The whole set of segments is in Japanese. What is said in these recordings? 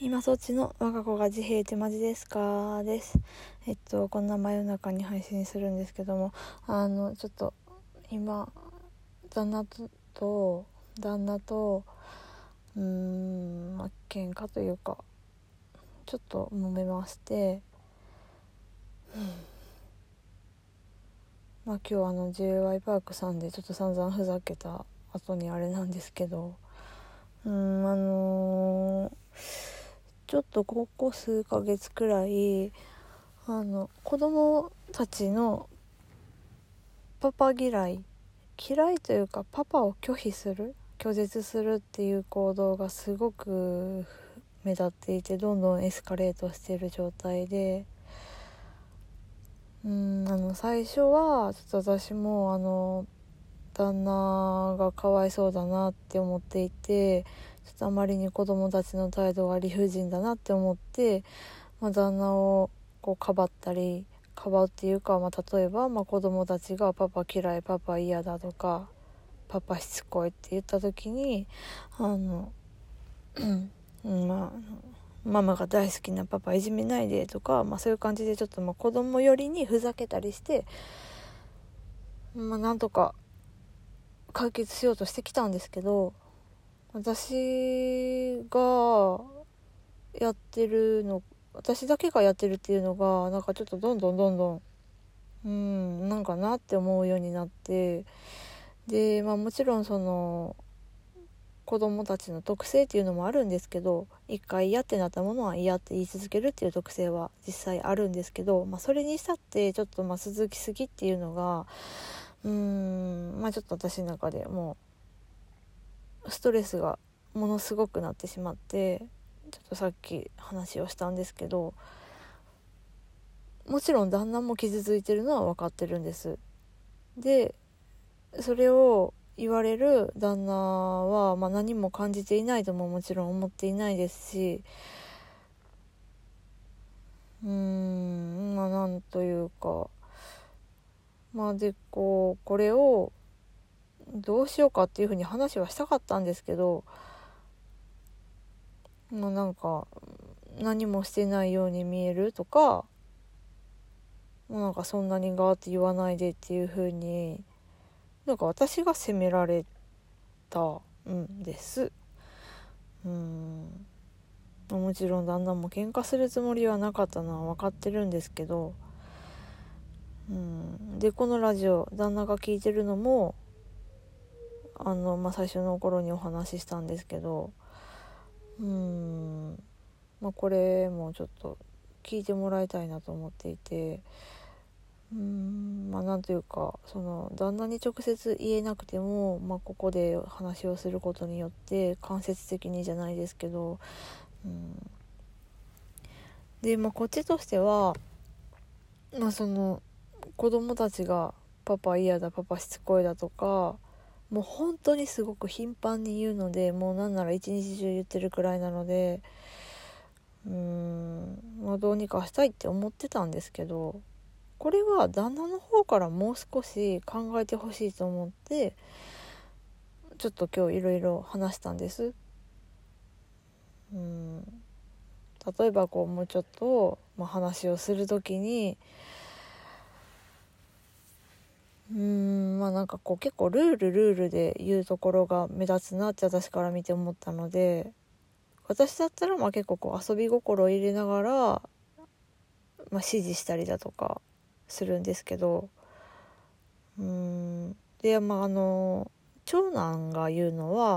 今そっちの我が子が自閉ってマジですかです。こんな真夜中に配信するんですけども、ちょっと今旦那と喧嘩というかちょっと揉めまして、今日JY パークさんでちょっと散々ふざけた後にあれなんですけど、ちょっとここ数ヶ月くらい子供たちのパパ嫌いというか、パパを拒絶するっていう行動がすごく目立っていて、どんどんエスカレートしている状態で、最初はちょっと私も旦那がかわいそうだなって思っていて、ちょっとあまりに子供たちの態度が理不尽だなって思って、旦那をこうかばうっていうか、例えば、子供たちがパパ嫌い、パパ嫌だとか、パパしつこいって言った時にママが大好きなパパいじめないでとか、そういう感じでちょっと子供寄りにふざけたりして、なんとか解決しようとしてきたんですけど、私だけがやってるっていうのがなんかちょっとどんどんなんかなって思うようになって、でもちろんその子供たちの特性っていうのもあるんですけど、一回嫌ってなったものは嫌って言い続けるっていう特性は実際あるんですけど、それにしたってちょっと続きすぎっていうのがちょっと私の中でもうストレスがものすごくなってしまって、ちょっとさっき話をしたんですけど、もちろん旦那も傷ついてるのは分かってるんです。でそれを言われる旦那は、何も感じていないとももちろん思っていないですし、なんというか、でこれをどうしようかっていうふうに話はしたかったんですけど、なんか何もしてないように見えるとか、なんかそんなにガーって言わないでっていうふうに、なんか私が責められたんです。もちろん旦那も喧嘩するつもりはなかったのは分かってるんですけど、でこのラジオ旦那が聞いてるのも最初の頃にお話ししたんですけど、これもちょっと聞いてもらいたいなと思っていて、なんというか、その旦那に直接言えなくても、ここで話をすることによって間接的にじゃないですけど、でこっちとしては、その子供たちがパパ嫌だ、パパしつこいだとか、もう本当にすごく頻繁に言うので、もうなんなら一日中言ってるくらいなので、どうにかしたいって思ってたんですけど、これは旦那の方からもう少し考えてほしいと思って、ちょっと今日いろいろ話したんです。例えばもうちょっと、話をするときになんか結構ルールで言うところが目立つなって私から見て思ったので、私だったら結構遊び心を入れながら、指示したりだとかするんですけど、で長男が言うのは、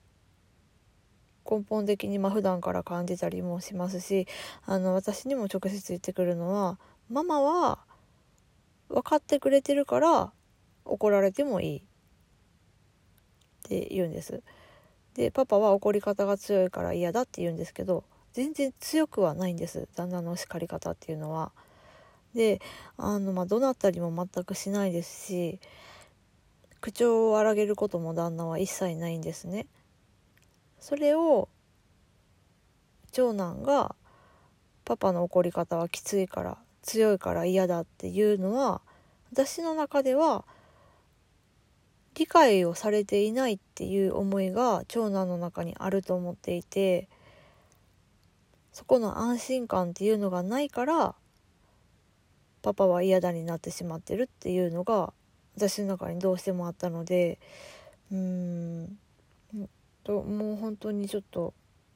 根本的に普段から感じたりもしますし、私にも直接言ってくるのは、ママは分かってくれてるから怒られてもいいって言うんです。でパパは怒り方が強いから嫌だって言うんですけど、全然強くはないんです、旦那の叱り方っていうのは。で怒鳴ったりも全くしないですし、口調を荒げることも旦那は一切ないんですね。それを長男がパパの怒り方はきついから強いから嫌だっていうのは、私の中では理解をされていないっていう思いが長男の中にあると思っていて、 そこの安心感っていうのがないからパパは嫌だになってしまってるっていうのが私の中にどうしてもあったので、もう本当にちょっと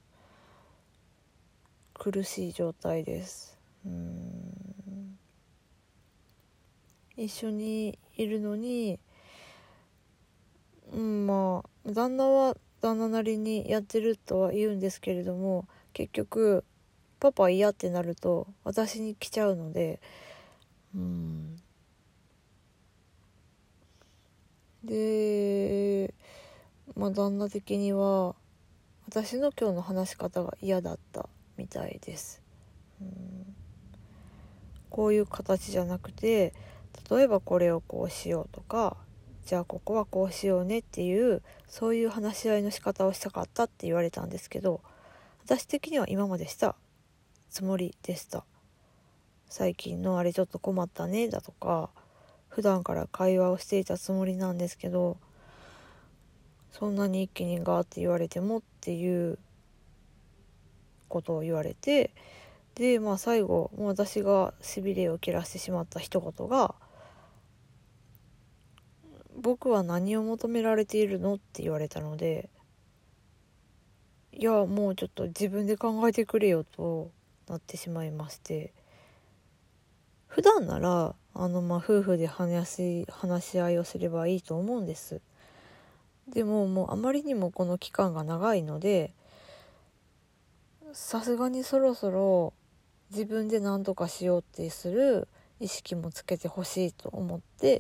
苦しい状態です。一緒にいるのに、まあ旦那は旦那なりにやってるとは言うんですけれども、結局パパ嫌ってなると私に来ちゃうので、で、旦那的には私の今日の話し方が嫌だったみたいです。こういう形じゃなくて、例えばこれをこうしようとか、じゃあここはこうしようねっていう、そういう話し合いの仕方をしたかったって言われたんですけど、私的には今までしたつもりでした。最近のあれちょっと困ったねだとか、普段から会話をしていたつもりなんですけど、そんなに一気にガーって言われてもっていうことを言われて、で最後もう私がしびれを切らしてしまった一言が、僕は何を求められているのって言われたので、いやもうちょっと自分で考えてくれよとなってしまいまして、普段なら夫婦で話し合いをすればいいと思うんです。でももうあまりにもこの期間が長いので、さすがにそろそろ自分で何とかしようってする意識もつけてほしいと思って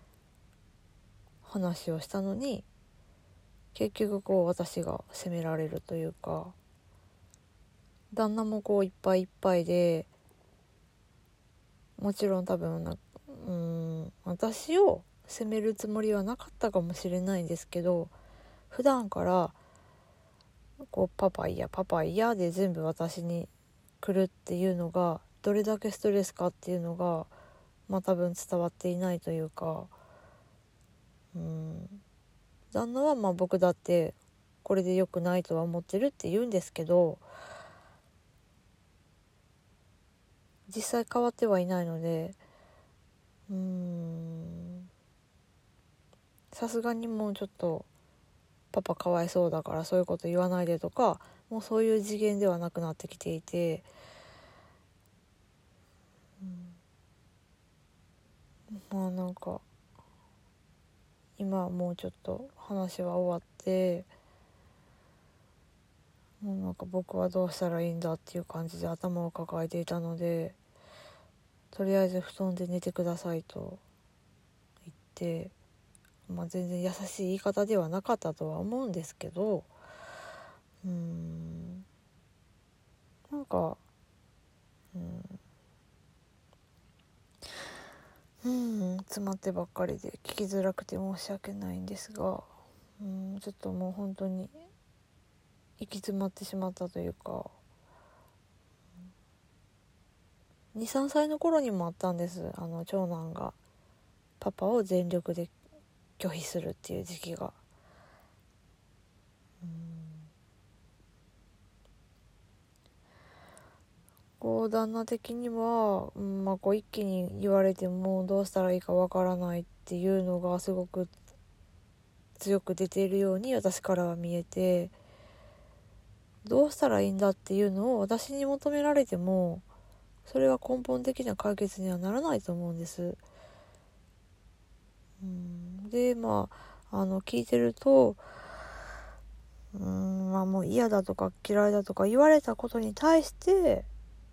話をしたのに、結局私が責められるというか、旦那もいっぱいいっぱいで、もちろん多分私を責めるつもりはなかったかもしれないんですけど、普段からパパ嫌で全部私に来るっていうのがどれだけストレスかっていうのが多分伝わっていないというか、旦那は僕だってこれで良くないとは思ってるって言うんですけど、実際変わってはいないので、さすがにもうちょっとパパかわいそうだからそういうこと言わないでとか、もうそういう次元ではなくなってきていて、なんか今はもうちょっと話は終わって、もうなんか僕はどうしたらいいんだっていう感じで頭を抱えていたので、とりあえず布団で寝てくださいと言って、全然優しい言い方ではなかったとは思うんですけど、なんか詰まってばっかりで聞きづらくて申し訳ないんですが、ちょっともう本当に行き詰まってしまったというか、2、3歳の頃にもあったんです。長男がパパを全力で拒否するっていう時期が。旦那的には、一気に言われてもどうしたらいいかわからないっていうのがすごく強く出ているように私からは見えて、どうしたらいいんだっていうのを私に求められてもそれは根本的な解決にはならないと思うんです。で聞いてると、もう嫌だとか嫌いだとか言われたことに対して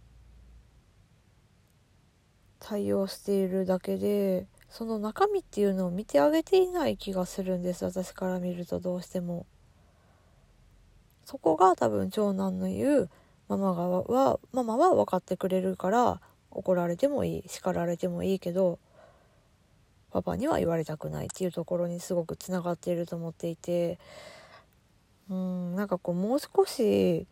対応しているだけで、その中身っていうのを見てあげていない気がするんです、私から見ると。どうしてもそこが多分長男の言うママは分かってくれるから、怒られてもいい叱られてもいいけどパパには言われたくないっていうところにすごくつながっていると思っていて、なんかもう少し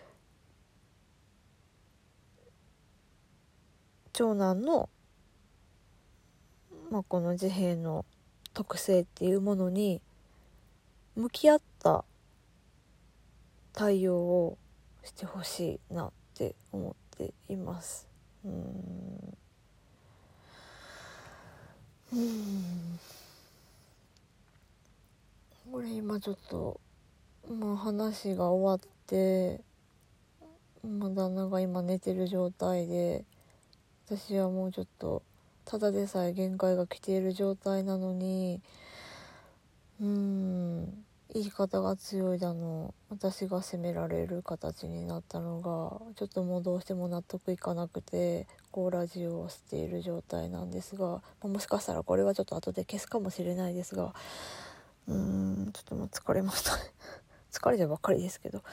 長男の、この自閉の特性っていうものに向き合った対応をしてほしいなっって思っています。これ今ちょっと話が終わって、旦那が今寝てる状態で、私はもうちょっとただでさえ限界が来ている状態なのに、言い方が強いだの、私が責められる形になったのがちょっともうどうしても納得いかなくて、ラジオをしている状態なんですが、もしかしたらこれはちょっと後で消すかもしれないですが、ちょっともう疲れましたね疲れてばっかりですけど、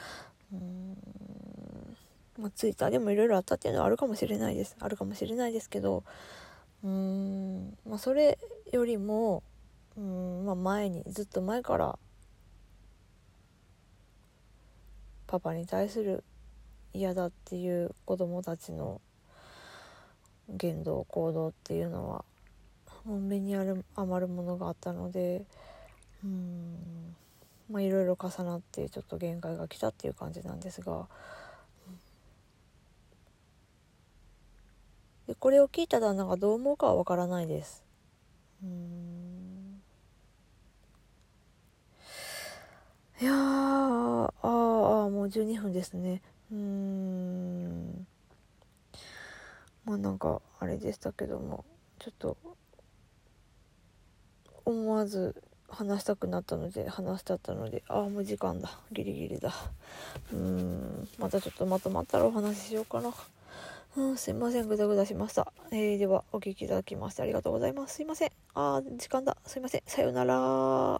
ツイッターでもいろいろあったっていうのはあるかもしれないですけど、それよりもずっと前からパパに対する嫌だっていう子供たちの言動行動っていうのはもう目に余るものがあったので、いろいろ重なってちょっと限界が来たっていう感じなんですが、でこれを聞いた旦那がどう思うかはわからないです。いやーもう12分ですね。なんかあれでしたけども、ちょっと思わず話したくなったので話しちゃったので、もう時間だ、ギリギリだ。またちょっとまとまったらお話ししようかな。すいません、ぐだぐだしました。ではお聞きいただきましてありがとうございます。すいません、時間だ、すいません、さようなら。